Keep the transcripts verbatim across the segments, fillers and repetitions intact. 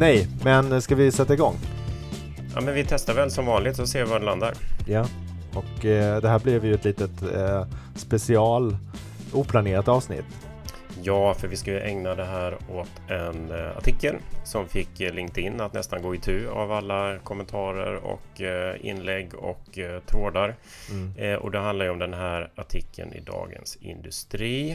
Nej, men ska vi sätta igång? Ja, men vi testar väl som vanligt och ser var det landar. Ja, och eh, det här blev ju ett litet eh, special oplanerat avsnitt. Ja, för vi ska ju ägna det här åt en eh, artikel som fick eh, LinkedIn att nästan gå itu av alla kommentarer och eh, inlägg och eh, trådar. Mm. Eh, och det handlar ju om den här artikeln i Dagens Industri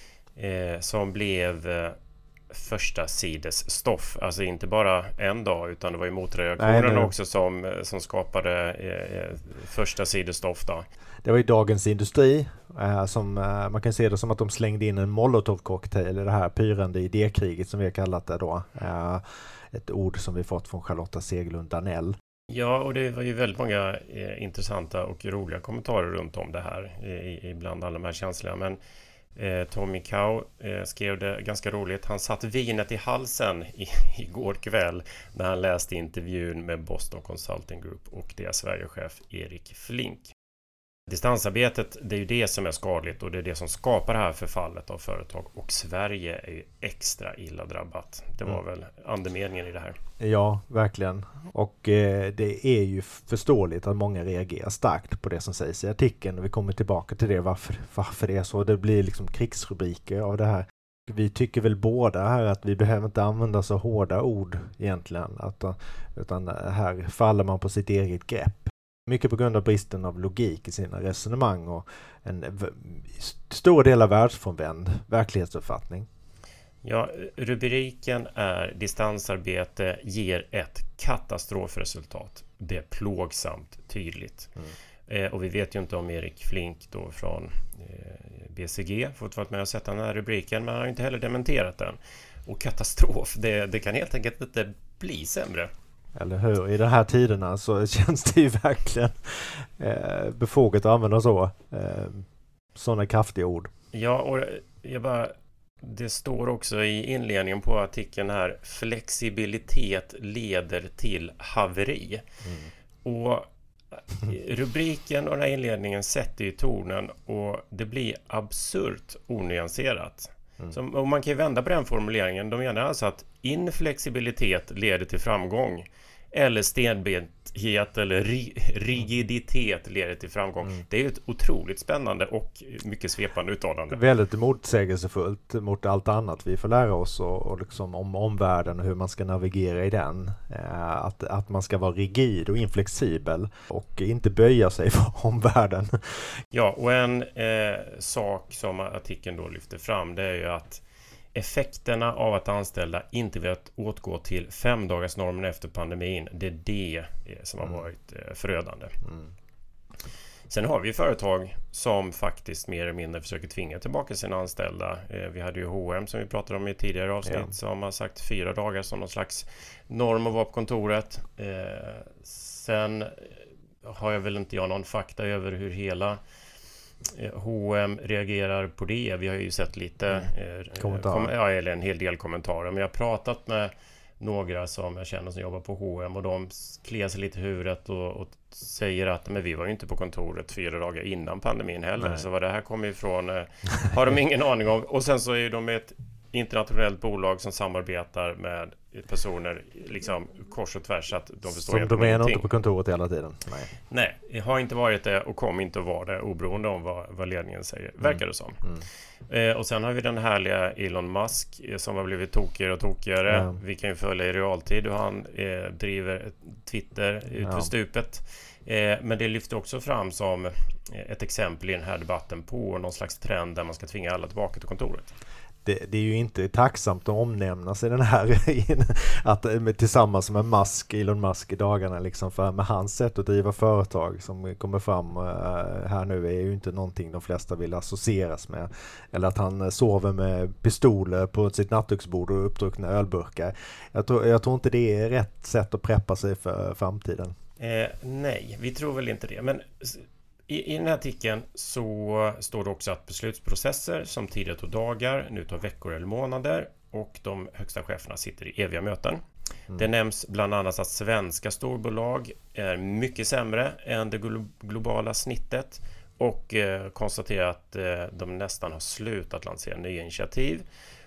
eh, som blev eh, första sides stoff. Alltså inte bara en dag, utan det var ju motreaktionen också som, som skapade eh, första sides stoff då. Det var ju Dagens Industri eh, som eh, man kan se det som att de slängde in en Molotov-cocktail i det här pyrande idékriget som vi har kallat det då. Eh, ett ord som vi fått från Charlotta Seglund Danell. Ja, och det var ju väldigt många eh, intressanta och roliga kommentarer runt om det här eh, ibland alla de här känsliga. Men eh, Tommy Cow eh, skrev det ganska roligt. Han satt vinet i halsen i, igår kväll när han läste intervjun med Boston Consulting Group och deras Sverigechef Erik Flink. Distansarbetet, det är ju det som är skadligt och det är det som skapar det här förfallet av företag, och Sverige är ju extra illa drabbat. Det var mm. väl andemeningen i det här. Ja, verkligen. Och eh, det är ju förståeligt att många reagerar starkt på det som sägs i artikeln, och vi kommer tillbaka till det, varför, varför det är så. Det blir liksom krigsrubriker av det här. Vi tycker väl båda här att vi behöver inte använda så hårda ord egentligen, att, utan här faller man på sitt eget grepp. Mycket på grund av bristen av logik i sina resonemang och en v- stor del av världsfrånvänd verklighetsuppfattning. Ja, rubriken är distansarbete ger ett katastrofresultat. Det är plågsamt tydligt. Mm. Eh, och vi vet ju inte om Erik Flink då från eh, B C G fått vara med och sett den här rubriken, men han har inte heller dementerat den. Och katastrof, det, det kan helt enkelt inte bli sämre. Eller hur? I de här tiderna så känns det ju verkligen eh, befogat att använda så eh, sådana kraftiga ord. Ja, och jag bara, det står också i inledningen på artikeln här: flexibilitet leder till haveri. Mm. Och rubriken och den här inledningen sätter ju tonen, och det blir absurt onyanserat. Mm. Så, och man kan ju vända på den formuleringen. De menar alltså att inflexibilitet leder till framgång, eller stenbenthet eller ri- rigiditet leder till framgång. Mm. Det är ju ett otroligt spännande och mycket svepande uttalande. Väldigt motsägelsefullt mot allt annat vi får lära oss och, och liksom om omvärlden och hur man ska navigera i den. Eh, att, att man ska vara rigid och inflexibel och inte böja sig för omvärlden. Ja, och en eh, sak som artikeln då lyfter fram, det är ju att effekterna av att anställda inte vet åtgå till fem dagars normen efter pandemin, det är det som har varit förödande. Mm. Sen har vi företag som faktiskt mer eller mindre försöker tvinga tillbaka sina anställda. Vi hade ju H och M som vi pratade om i tidigare avsnitt, ja, som har sagt fyra dagar som någon slags norm att vara på kontoret. Sen har jag väl inte jag någon fakta över hur hela H och M reagerar på det. Vi har ju sett lite mm. eh, kom, ja, eller en hel del kommentarer, men jag har pratat med några som jag känner som jobbar på H och M, och de kliar sig lite i huvudet och, och säger att men vi var ju inte på kontoret fyra dagar innan pandemin heller. Nej. Så vad det här kommer ifrån eh, har de ingen aning om. Och sen så är de ett internationellt bolag som samarbetar med personer liksom kors och tvärs, att de förstår som de är nog inte på kontoret hela tiden. Nej. Nej, det har inte varit det och kommer inte att vara det, oberoende om vad, vad ledningen säger, mm. verkar det som. Mm. Eh, och sen har vi den härliga Elon Musk eh, som har blivit tokigare och tokigare. Mm. Vi kan ju följa i realtid hur han eh, driver Twitter ut för ja. stupet. Eh, men det lyfter också fram som ett exempel i den här debatten på någon slags trend där man ska tvinga alla tillbaka till kontoret. Det, det är ju inte tacksamt att omnämnas i den här att tillsammans med Musk, Elon Musk i dagarna liksom, för med hans sätt att driva företag som kommer fram här nu är ju inte någonting de flesta vill associeras med, eller att han sover med pistoler på sitt nattduksbord och uppdruckna ölburkar. Jag tror, jag tror inte det är rätt sätt att preppa sig för framtiden. Eh, nej, vi tror väl inte det, men I, I den här artikeln så står det också att beslutsprocesser som tidigare tog dagar nu tar veckor eller månader, och de högsta cheferna sitter i eviga möten. Mm. Det nämns bland annat att svenska storbolag är mycket sämre än det glo- globala snittet, och eh, konstaterar att eh, de nästan har slutat lansera nya initiativ.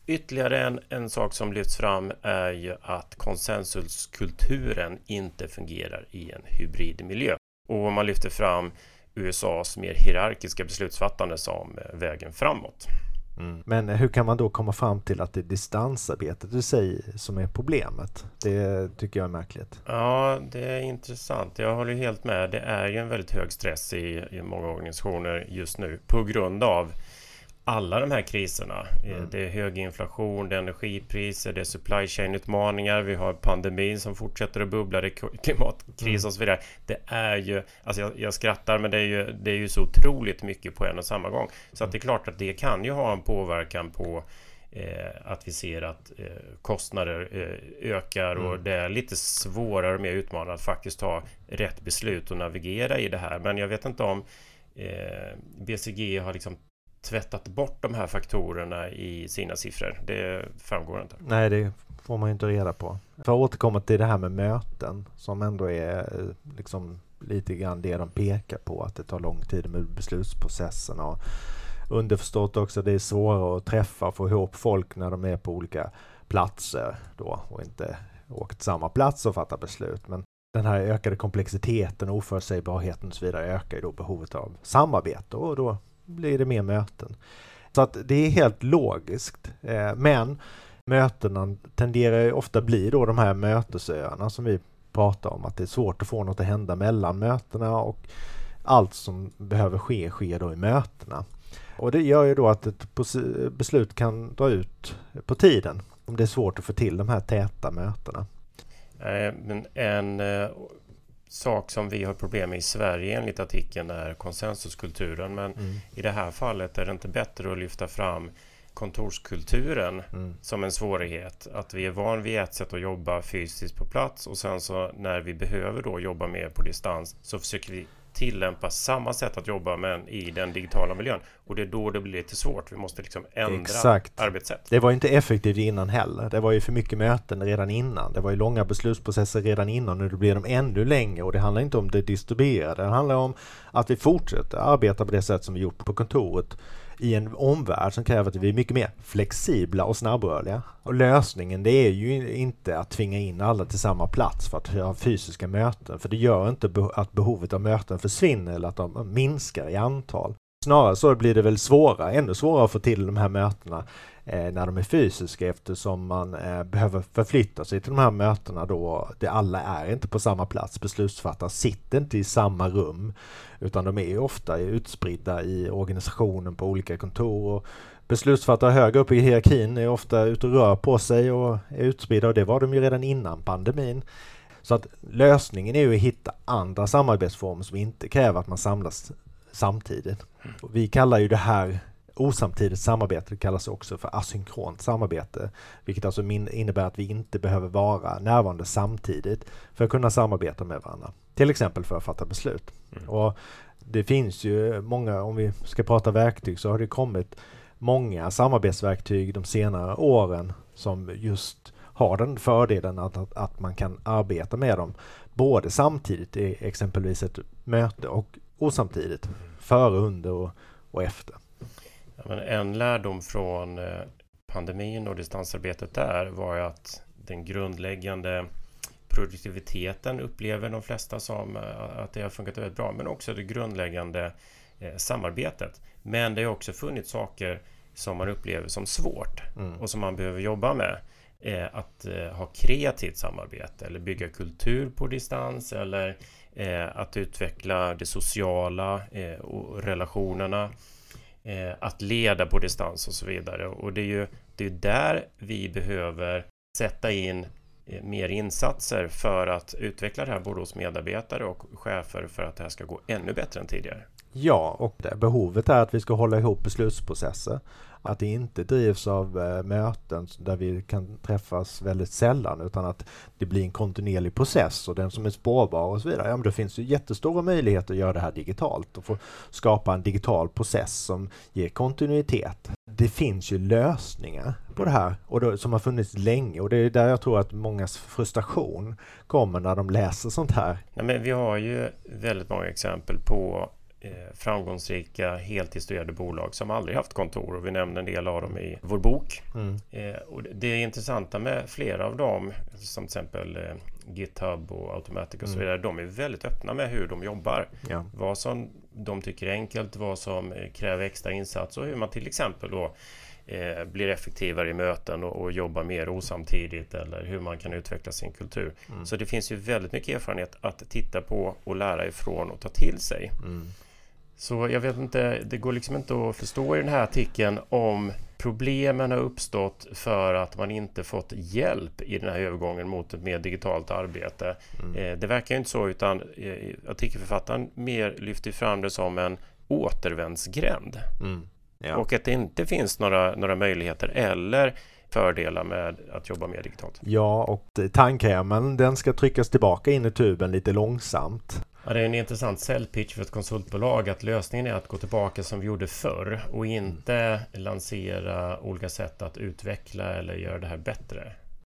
Ytterligare en, en sak som lyfts fram är ju att konsensuskulturen inte fungerar i en hybridmiljö. Och man lyfter fram U S A:s mer hierarkiska beslutsfattande som vägen framåt. Mm. Men hur kan man då komma fram till att det är distansarbetet i sig som är problemet? Det tycker jag är märkligt. Ja, det är intressant. Jag håller helt med. Det är ju en väldigt hög stress i, i många organisationer just nu på grund av alla de här kriserna. Mm. Det är hög inflation, det är energipriser, det är supply chain-utmaningar, vi har pandemin som fortsätter att bubbla, det är klimatkris och så vidare. Det är ju, alltså jag, jag skrattar, men det är, ju, det är ju så otroligt mycket på en och samma gång. Så att det är klart att det kan ju ha en påverkan på eh, att vi ser att eh, kostnader eh, ökar och mm. det är lite svårare och mer utmanande att faktiskt ta rätt beslut och navigera i det här. Men jag vet inte om eh, B C G har liksom tvättat bort de här faktorerna i sina siffror. Det framgår inte. Nej, det får man ju inte reda på. För att återkomma till det här med möten som ändå är liksom lite grann det de pekar på, att det tar lång tid med beslutsprocessen och underförstått också det är svårare att träffa och få ihop folk när de är på olika platser då och inte åker till samma plats och fattar beslut. Men den här ökade komplexiteten och oförutsägbarheten och så vidare ökar ju då behovet av samarbete och då blir det mer möten. Så att det är helt logiskt. Eh, men mötena tenderar ju ofta bli då de här mötesöarna som vi pratar om. Att det är svårt att få något att hända mellan mötena och allt som behöver ske sker då i mötena. Och det gör ju då att ett beslut kan dra ut på tiden om det är svårt att få till de här täta mötena. Eh, men en... Eh... sak som vi har problem med i Sverige enligt artikeln är konsensuskulturen, men mm. i det här fallet är det inte bättre att lyfta fram kontorskulturen mm. som en svårighet. Att vi är van vid ett sätt att jobba fysiskt på plats och sen så när vi behöver då jobba mer på distans så försöker vi tillämpa samma sätt att jobba men i den digitala miljön. Och det är då det blir lite svårt. Vi måste liksom ändra Exakt. arbetssätt. Det var inte effektivt innan heller. Det var ju för mycket möten redan innan. Det var ju långa beslutsprocesser redan innan och nu blir de ännu längre. Och det handlar inte om det distribuerade. Det handlar om att vi fortsätter arbeta på det sätt som vi gjort på kontoret i en omvärld som kräver att vi är mycket mer flexibla och snabbrörliga. Och lösningen det är ju inte att tvinga in alla till samma plats för att ha fysiska möten. För det gör inte be- att behovet av möten försvinner eller att de minskar i antal. Snarare så blir det väl svårare, ännu svårare att få till de här mötena eh, när de är fysiska eftersom man eh, behöver förflytta sig till de här mötena då det alla är inte på samma plats. Beslutsfattare sitter inte i samma rum utan de är ofta utspridda i organisationen på olika kontor och beslutsfattare högre upp i hierarkin är ofta ute och rör på sig och är utspridda och det var de ju redan innan pandemin. Så att lösningen är ju att hitta andra samarbetsformer som inte kräver att man samlas samtidigt. Och vi kallar ju det här osamtidigt samarbete, det kallas också för asynkront samarbete, vilket alltså min, innebär att vi inte behöver vara närvarande samtidigt för att kunna samarbeta med varandra. Till exempel för att fatta beslut. Mm. Och det finns ju många, om vi ska prata verktyg så har det kommit många samarbetsverktyg de senare åren som just har den fördelen att, att, att man kan arbeta med dem både samtidigt i exempelvis ett möte och osamtidigt, före, under och, och efter. Ja, men en lärdom från eh, pandemin och distansarbetet där var ju att den grundläggande produktiviteten upplever de flesta som eh, att det har funkat väldigt bra, men också det grundläggande eh, samarbetet. Men det har också funnits saker som man upplever som svårt mm. och som man behöver jobba med. Eh, att eh, ha kreativt samarbete eller bygga kultur på distans eller eh, att utveckla det sociala eh, och relationerna, eh, att leda på distans och så vidare. Och det är ju det är där vi behöver sätta in eh, mer insatser för att utveckla det här både hos medarbetare och chefer för att det här ska gå ännu bättre än tidigare. Ja, och det behovet är att vi ska hålla ihop beslutsprocesser. Att det inte drivs av eh, möten där vi kan träffas väldigt sällan utan att det blir en kontinuerlig process och den som är spårbar och så vidare. Ja, men det finns ju jättestora möjligheter att göra det här digitalt och få skapa en digital process som ger kontinuitet. Det finns ju lösningar på det här och det, som har funnits länge och det är där jag tror att mångas frustration kommer när de läser sånt här. Ja, men vi har ju väldigt många exempel på eh, framgångsrika, heltidsstyrade bolag som aldrig haft kontor, och vi nämner en del av dem i vår bok. Mm. Eh, och det är intressanta med flera av dem, som till exempel eh, GitHub och Automatic och så vidare, mm. de är väldigt öppna med hur de jobbar. Ja. Vad som de tycker är enkelt, vad som eh, kräver extra insats och hur man till exempel då Eh, blir effektivare i möten och, och jobbar mer osamtidigt, eller hur man kan utveckla sin kultur. Mm. Så det finns ju väldigt mycket erfarenhet att titta på och lära ifrån och ta till sig. Mm. Så jag vet inte, det går liksom inte att förstå i den här artikeln om problemen har uppstått för att man inte fått hjälp i den här övergången mot ett mer digitalt arbete. Mm. Eh, det verkar ju inte så, utan eh, artikelförfattaren mer lyfter fram det som en återvändsgränd. Mm. Ja. Och att det inte finns några, några möjligheter eller fördelar med att jobba mer digitalt. Ja, och tandkrämen, den ska tryckas tillbaka in i tuben lite långsamt. Ja, det är en intressant säljpitch för ett konsultbolag att lösningen är att gå tillbaka som vi gjorde förr och inte mm. lansera olika sätt att utveckla eller göra det här bättre.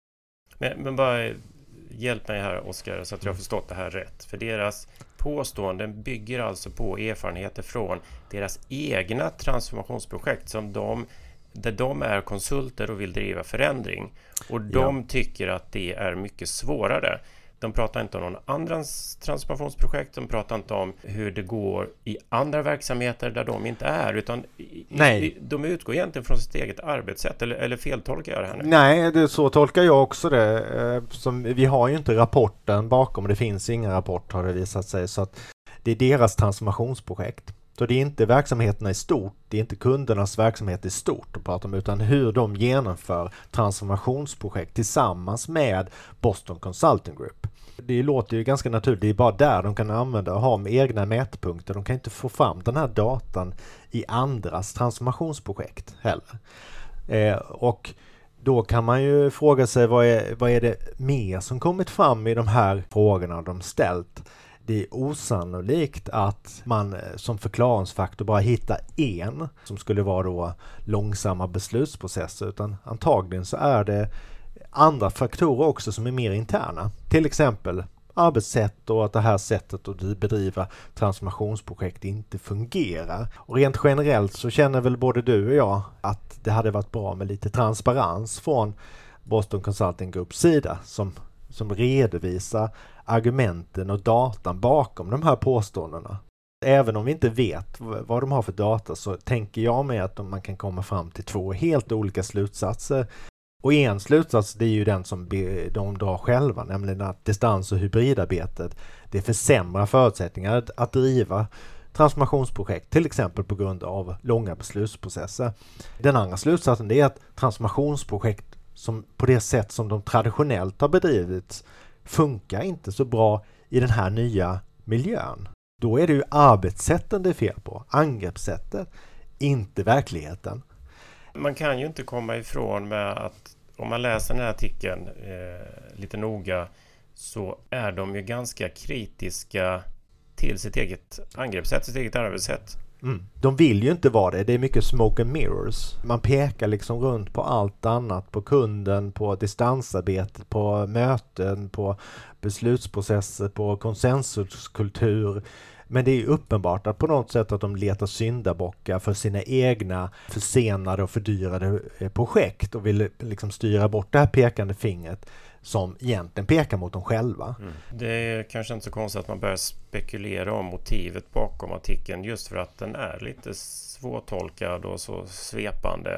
Men, men bara hjälp mig här, Oskar, så att jag har förstått det här rätt. För deras påståenden bygger alltså på erfarenheter från deras egna transformationsprojekt som de, där de är konsulter och vill driva förändring. Och de ja. tycker att det är mycket svårare. De pratar inte om någon annans transformationsprojekt, de pratar inte om hur det går i andra verksamheter där de inte är, utan Nej. I, de utgår egentligen från sitt eget arbetssätt, eller, eller feltolkar jag det här nu? Nej, det, så tolkar jag också det. Som, vi har ju inte rapporten bakom, och det finns ingen rapport har det visat sig, så att det är deras transformationsprojekt. Så det är inte verksamheterna i stort, det är inte kundernas verksamhet i stort att prata om, utan hur de genomför transformationsprojekt tillsammans med Boston Consulting Group. Det låter ju ganska naturligt, det är bara där de kan använda och ha med egna mätpunkter. De kan inte få fram den här datan i andras transformationsprojekt heller. Eh, och då kan man ju fråga sig vad är, vad är det mer som kommit fram i de här frågorna de ställt. Det är osannolikt att man som förklaringsfaktor bara hittar en som skulle vara då långsamma beslutsprocesser, utan antagligen så är det andra faktorer också som är mer interna. Till exempel arbetssätt och att det här sättet att bedriva transformationsprojekt inte fungerar. Och rent generellt så känner väl både du och jag att det hade varit bra med lite transparens från Boston Consulting Groups sida som, som redovisar argumenten och datan bakom de här påståendena. Även om vi inte vet vad de har för data, så tänker jag mig att man kan komma fram till två helt olika slutsatser. Och en slutsats, det är ju den som de drar själva, nämligen att distans- och hybridarbetet det försämrar förutsättningar att, att driva transformationsprojekt, till exempel på grund av långa beslutsprocesser. Den andra slutsatsen är att transformationsprojekt som på det sätt som de traditionellt har bedrivits funkar inte så bra i den här nya miljön. Då är det ju arbetssätten det är fel på, angreppssättet, inte verkligheten. Man kan ju inte komma ifrån med att om man läser den här artikeln eh, lite noga, så är de ju ganska kritiska till sitt eget angreppssätt, sitt eget arbetssätt. Mm. De vill ju inte vara det. Det är mycket smoke and mirrors. Man pekar liksom runt på allt annat. På kunden, på distansarbetet, på möten, på beslutsprocesser, på konsensuskultur. Men det är ju uppenbart att på något sätt att de letar syndabockar för sina egna försenade och fördyrade projekt och vill liksom styra bort det här pekande fingret som egentligen pekar mot dem själva. Mm. Det är kanske inte så konstigt att man börjar spekulera om motivet bakom artikeln, just för att den är lite svårtolkad och så svepande.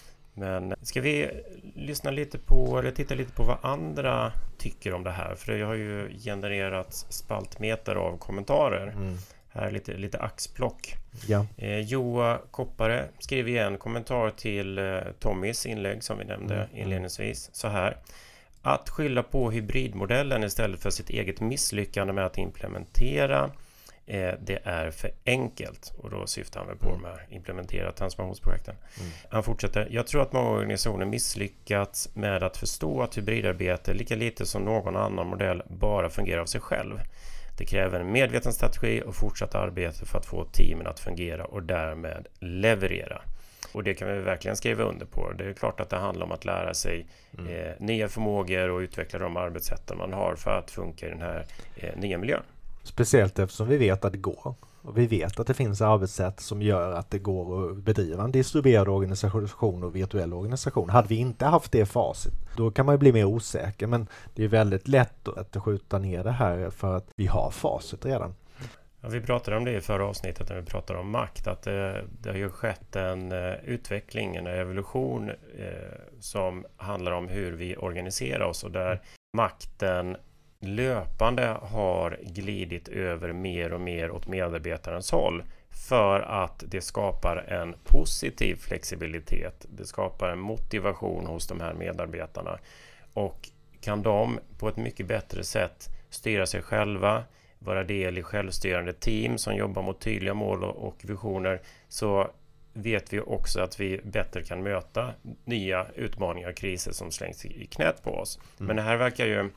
Men ska vi lyssna lite på, eller titta lite på vad andra tycker om det här? För det har ju genererat spaltmeter av kommentarer. Mm. Här är lite, lite axplock. Ja. Eh, Joa Koppare skriver igen kommentar till eh, Tommys inlägg som vi nämnde mm. inledningsvis. Så här. Att skylla på hybridmodellen istället för sitt eget misslyckande med att implementera, eh, det är för enkelt. Och då syftar han väl på mm. de här implementera transformationsprojekten. Mm. Han fortsätter. Jag tror att många organisationer misslyckats med att förstå att hybridarbete lika lite som någon annan modell bara fungerar av sig själv. Det kräver en medveten strategi och fortsatt arbete för att få teamen att fungera och därmed leverera. Och det kan vi verkligen skriva under på. Det är klart att det handlar om att lära sig mm. eh, nya förmågor och utveckla de arbetssätten man har för att funka i den här eh, nya miljön. Speciellt eftersom vi vet att det går. Och vi vet att det finns arbetssätt som gör att det går att bedriva en distribuerad organisation och virtuell organisation. Hade vi inte haft det facit, då kan man ju bli mer osäker. Men det är väldigt lätt att skjuta ner det här för att vi har facit redan. Ja, vi pratade om det i förra avsnittet när vi pratade om makt. Att det, det har ju skett en uh, utveckling, en revolution uh, som handlar om hur vi organiserar oss. Och där makten löpande har glidit över mer och mer åt medarbetarens håll. För att det skapar en positiv flexibilitet. Det skapar en motivation hos de här medarbetarna. Och kan de på ett mycket bättre sätt styra sig själva, vara del i självstyrande team som jobbar mot tydliga mål och visioner, så vet vi också att vi bättre kan möta nya utmaningar och kriser som slängs i knät på oss. Mm. Men det här verkar ju,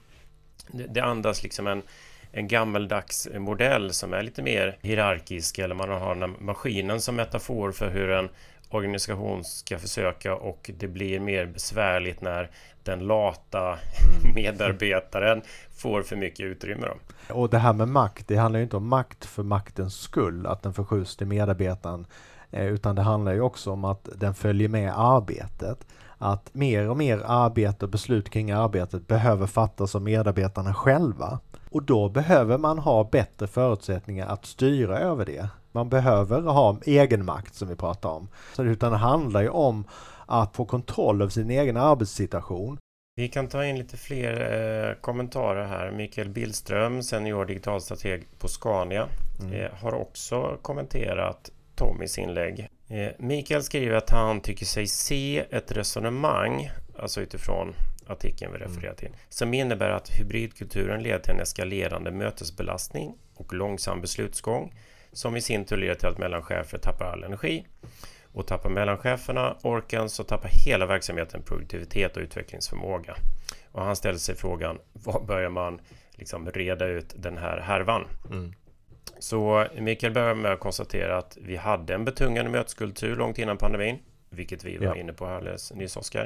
det andas liksom en, en gammeldags modell som är lite mer hierarkisk, eller man har den maskinen som metafor för hur en organisation ska försöka, och det blir mer besvärligt när den lata medarbetaren får för mycket utrymme då. Och det här med makt, det handlar ju inte om makt för maktens skull, att den förskjuts till medarbetaren, utan det handlar ju också om att den följer med arbetet. Att mer och mer arbete och beslut kring arbetet behöver fattas av medarbetarna själva. Och då behöver man ha bättre förutsättningar att styra över det. Man behöver ha egen makt som vi pratar om. Så utan det handlar ju om att få kontroll över sin egen arbetssituation. Vi kan ta in lite fler eh, kommentarer här. Mikael Billström, senior digitalstrateg på Scania, mm. eh, har också kommenterat Tommys inlägg. Eh, Mikael skriver att han tycker sig se ett resonemang, alltså utifrån artikeln vi refererar till, som innebär att hybridkulturen leder till en eskalerande mötesbelastning och långsam beslutsgång, som i sin tur leder till att mellanchefer tappar all energi. Och tappar mellancheferna orken, så tappar hela verksamheten produktivitet och utvecklingsförmåga. Och han ställer sig frågan, var börjar man liksom reda ut den här härvan? Mm. Så Mikael börjar med att konstatera att vi hade en betungande möteskultur långt innan pandemin, vilket vi var ja. inne på alldeles nyss, Oskar.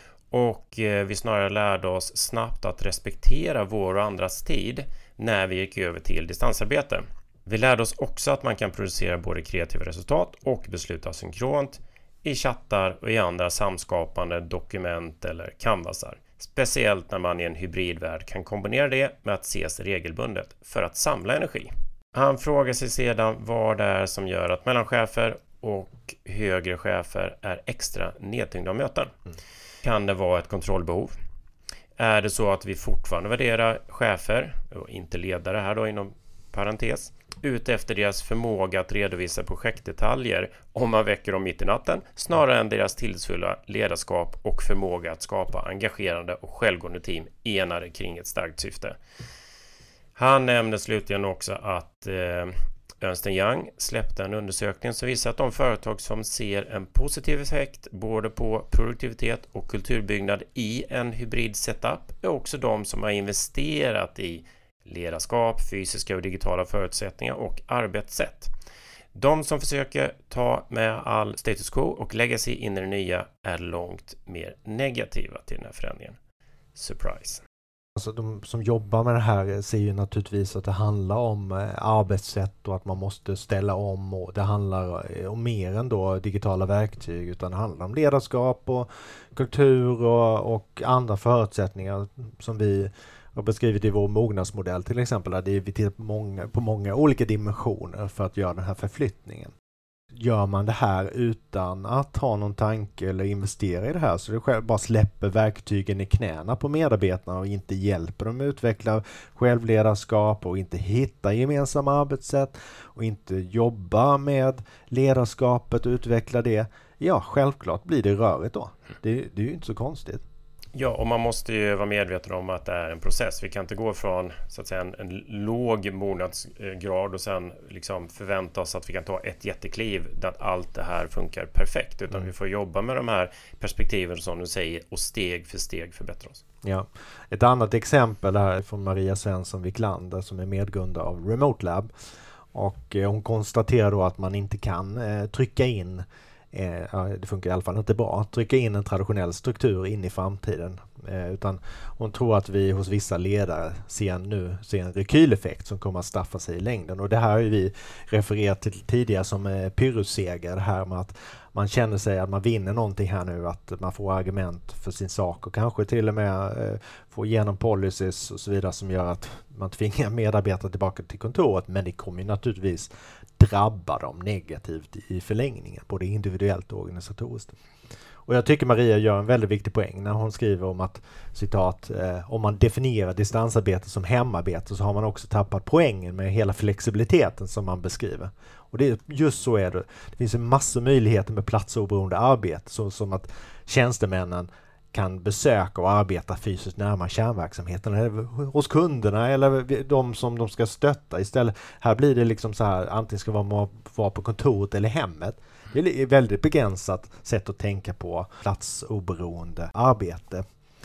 Och eh, vi snarare lärde oss snabbt att respektera vår och andras tid när vi gick över till distansarbete. Vi lärde oss också att man kan producera både kreativa resultat och besluta synkront i chattar och i andra samskapande dokument eller canvasar. Speciellt när man i en hybridvärld kan kombinera det med att ses regelbundet för att samla energi. Han frågar sig sedan vad det är som gör att mellanchefer och högre chefer är extra nedtyngda av möten. Mm. Kan det vara ett kontrollbehov? Är det så att vi fortfarande värderar chefer, och inte ledare här då inom parentes, ut efter deras förmåga att redovisa projektdetaljer om man väcker dem mitt i natten, snarare än deras tillitsfulla ledarskap och förmåga att skapa engagerande och självgående team enade kring ett starkt syfte? Han nämnde slutligen också att eh, Ernst and Young släppte en undersökning som visar att de företag som ser en positiv effekt både på produktivitet och kulturbyggnad i en hybrid setup är också de som har investerat i ledarskap, fysiska och digitala förutsättningar och arbetssätt. De som försöker ta med all status quo och lägga sig in i det nya är långt mer negativa till den här förändringen. Surprise. Alltså de som jobbar med det här ser ju naturligtvis att det handlar om arbetssätt och att man måste ställa om, och det handlar om mer än då digitala verktyg, utan det handlar om ledarskap och kultur och, och andra förutsättningar som vi har beskrivit i vår mognadsmodell till exempel, där vi tittar på många, på många olika dimensioner för att göra den här förflyttningen. Gör man det här utan att ha någon tanke eller investera i det här, så det själv bara släpper verktygen i knäna på medarbetarna och inte hjälper dem att utveckla självledarskap och inte hitta gemensamma arbetssätt och inte jobba med ledarskapet och utveckla det, ja självklart blir det rörigt då. Det, det är ju inte så konstigt. Ja, och man måste ju vara medveten om att det är en process. Vi kan inte gå från så att säga en, en låg mognadsgrad och sen liksom förvänta oss att vi kan ta ett jättekliv där allt det här funkar perfekt. Utan mm. vi får jobba med de här perspektiven som du säger och steg för steg förbättra oss. Ja. Ett annat exempel här från Maria Svensson Wiklander som är medgrundare av Remote Lab. Och eh, hon konstaterar då att man inte kan eh, trycka in Eh, ja, det funkar i alla fall inte bra. Trycka in en traditionell struktur in i framtiden. Eh, utan hon tror att vi hos vissa ledare ser nu ser en rekyleffekt som kommer att straffa sig i längden. Och det här har ju vi refererat till tidigare som eh, pyrrhusseger. Det här med att man känner sig att man vinner någonting här nu, att man får argument för sin sak och kanske till och med eh, får igenom policies och så vidare som gör att man tvingar medarbetare tillbaka till kontoret. Men det kommer ju naturligtvis drabba dem negativt i förlängningen, både individuellt och organisatoriskt. Och jag tycker Maria gör en väldigt viktig poäng när hon skriver om att, citat, eh, om man definierar distansarbete som hemarbete så har man också tappat poängen med hela flexibiliteten som man beskriver. Och det är just så är det. Det finns en massa möjligheter med platsoberoende arbete, så som att tjänstemännen kan besöka och arbeta fysiskt närmare kärnverksamheten eller hos kunderna eller de som de ska stötta istället. Här blir det liksom så här, antingen ska man vara på kontoret eller hemmet. Det är ett väldigt begränsat sätt att tänka på platsoberoende arbete.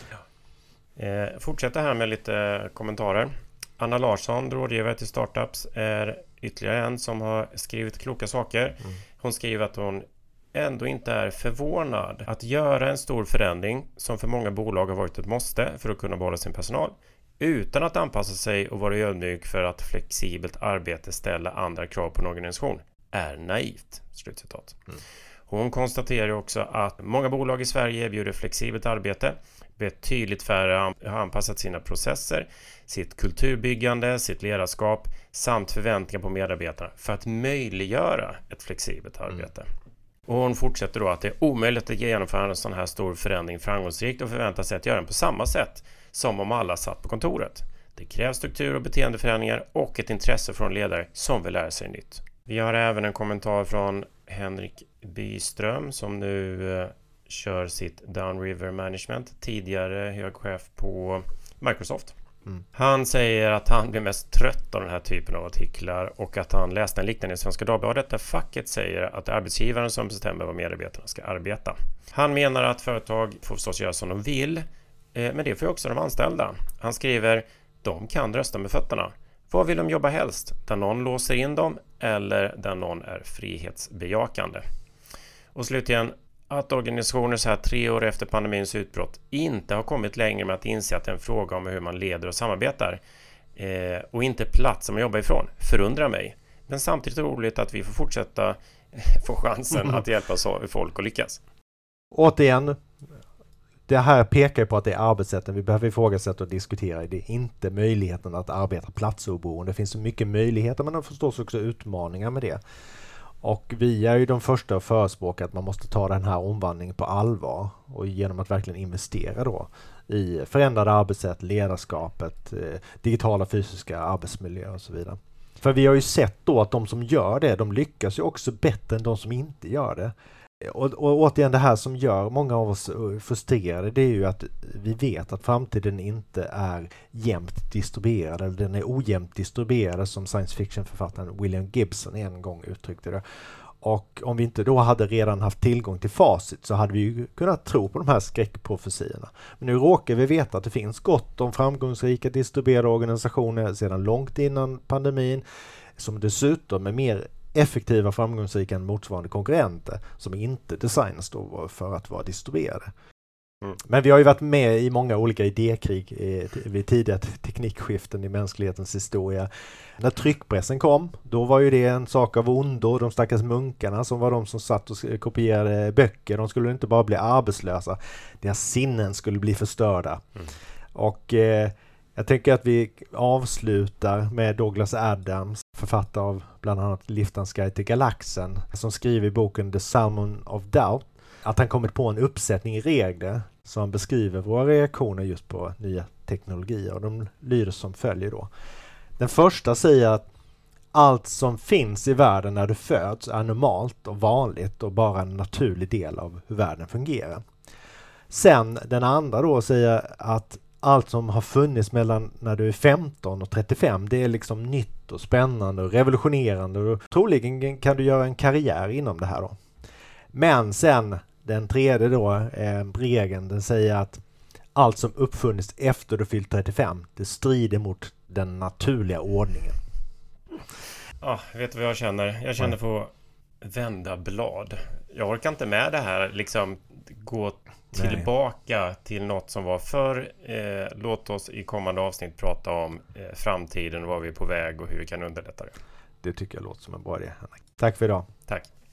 Eh, fortsätter här med lite kommentarer. Anna Larsson, rådgivare till startups, är ytterligare en som har skrivit kloka saker. Mm. Hon skriver att hon ändå inte är förvånad att göra en stor förändring som för många bolag har varit ett måste för att kunna behålla sin personal utan att anpassa sig och vara ödmjuk för att flexibelt arbete ställer andra krav på en organisation är naivt. Slutcitat. Mm. Hon konstaterar också att många bolag i Sverige erbjuder flexibelt arbete. Betydligt färre har anpassat sina processer, sitt kulturbyggande, sitt ledarskap samt förväntningar på medarbetarna för att möjliggöra ett flexibelt arbete. Mm. Och hon fortsätter då att det är omöjligt att genomföra en sån här stor förändring framgångsrikt och förvänta sig att göra den på samma sätt som om alla satt på kontoret. Det krävs struktur- och beteendeförändringar och ett intresse från ledare som vill lära sig nytt. Vi har även en kommentar från Henrik Byström som nu eh, kör sitt Downriver Management, tidigare högchef på Microsoft. Mm. Han säger att han blir mest trött av den här typen av artiklar och att han läste en liknande i Svenska Dagbladet där facket säger att det är arbetsgivaren som bestämmer vad medarbetarna ska arbeta. Han menar att företag får förstås göra som de vill, eh, men det får också de anställda. Han skriver, de kan rösta med fötterna. Vad vill de jobba helst? Där någon låser in dem eller där någon är frihetsbejakande? Och slutligen, att organisationer så här tre år efter pandemins utbrott inte har kommit längre med att inse att det är en fråga om hur man leder och samarbetar eh, och inte plats som man jobbar ifrån förundrar mig. Men samtidigt är det roligt att vi får fortsätta få chansen att hjälpa folk att lyckas. Återigen, det här pekar på att det är arbetssätten vi behöver ifrågasätta och diskutera. Det är inte möjligheten att arbeta platsoberoende. Det finns så mycket möjligheter men det förstås också utmaningar med det. Och vi är ju de första att förespråka att man måste ta den här omvandlingen på allvar och genom att verkligen investera då i förändrade arbetssätt, ledarskapet, digitala fysiska arbetsmiljöer och så vidare. För vi har ju sett då att de som gör det, de lyckas ju också bättre än de som inte gör det. Och, och återigen det här som gör många av oss frustrerade, det är ju att vi vet att framtiden inte är jämnt distribuerad, eller den är ojämnt distribuerad som science fiction-författaren William Gibson en gång uttryckte det. Och om vi inte då hade redan haft tillgång till facit så hade vi ju kunnat tro på de här skräckprofetiorna. Men nu råkar vi veta att det finns gott om framgångsrika distribuerade organisationer sedan långt innan pandemin som dessutom är mer effektiva framgångsrika än motsvarande konkurrenter som inte designas då för att vara distribuerade. Mm. Men vi har ju varit med i många olika idékrig i, vid tidiga teknikskiften i mänsklighetens historia. När tryckpressen kom, då var ju det en sak av ondo. De stackars munkarna som var de som satt och kopierade böcker, de skulle inte bara bli arbetslösa. Deras sinnen skulle bli förstörda. Mm. Och eh, jag tänker att vi avslutar med Douglas Adams, författare av bland annat Liftans guide till galaxen, som skriver i boken The Salmon of Doubt att han kommit på en uppsättning regler som beskriver våra reaktioner just på nya teknologier. Och de lyder som följer då. Den första säger att allt som finns i världen när du föds är normalt och vanligt och bara en naturlig del av hur världen fungerar. Sen den andra då säger att allt som har funnits mellan när du är femton och trettiofem, det är liksom nytt och spännande och revolutionerande och troligen kan du göra en karriär inom det här då. Men sen den tredje då, eh, regeln, den säger att allt som uppfunnits efter du fyllt trettiofem, det strider mot den naturliga ordningen. Ja, vet du vad jag känner? Jag känner för att vända blad. Jag orkar inte med det här liksom gå tillbaka Nej. till något som var förr. Eh, låt oss i kommande avsnitt prata om eh, framtiden, var vi är på väg och hur vi kan underlätta det. Det tycker jag låter som en bra idé. Tack för idag. Tack.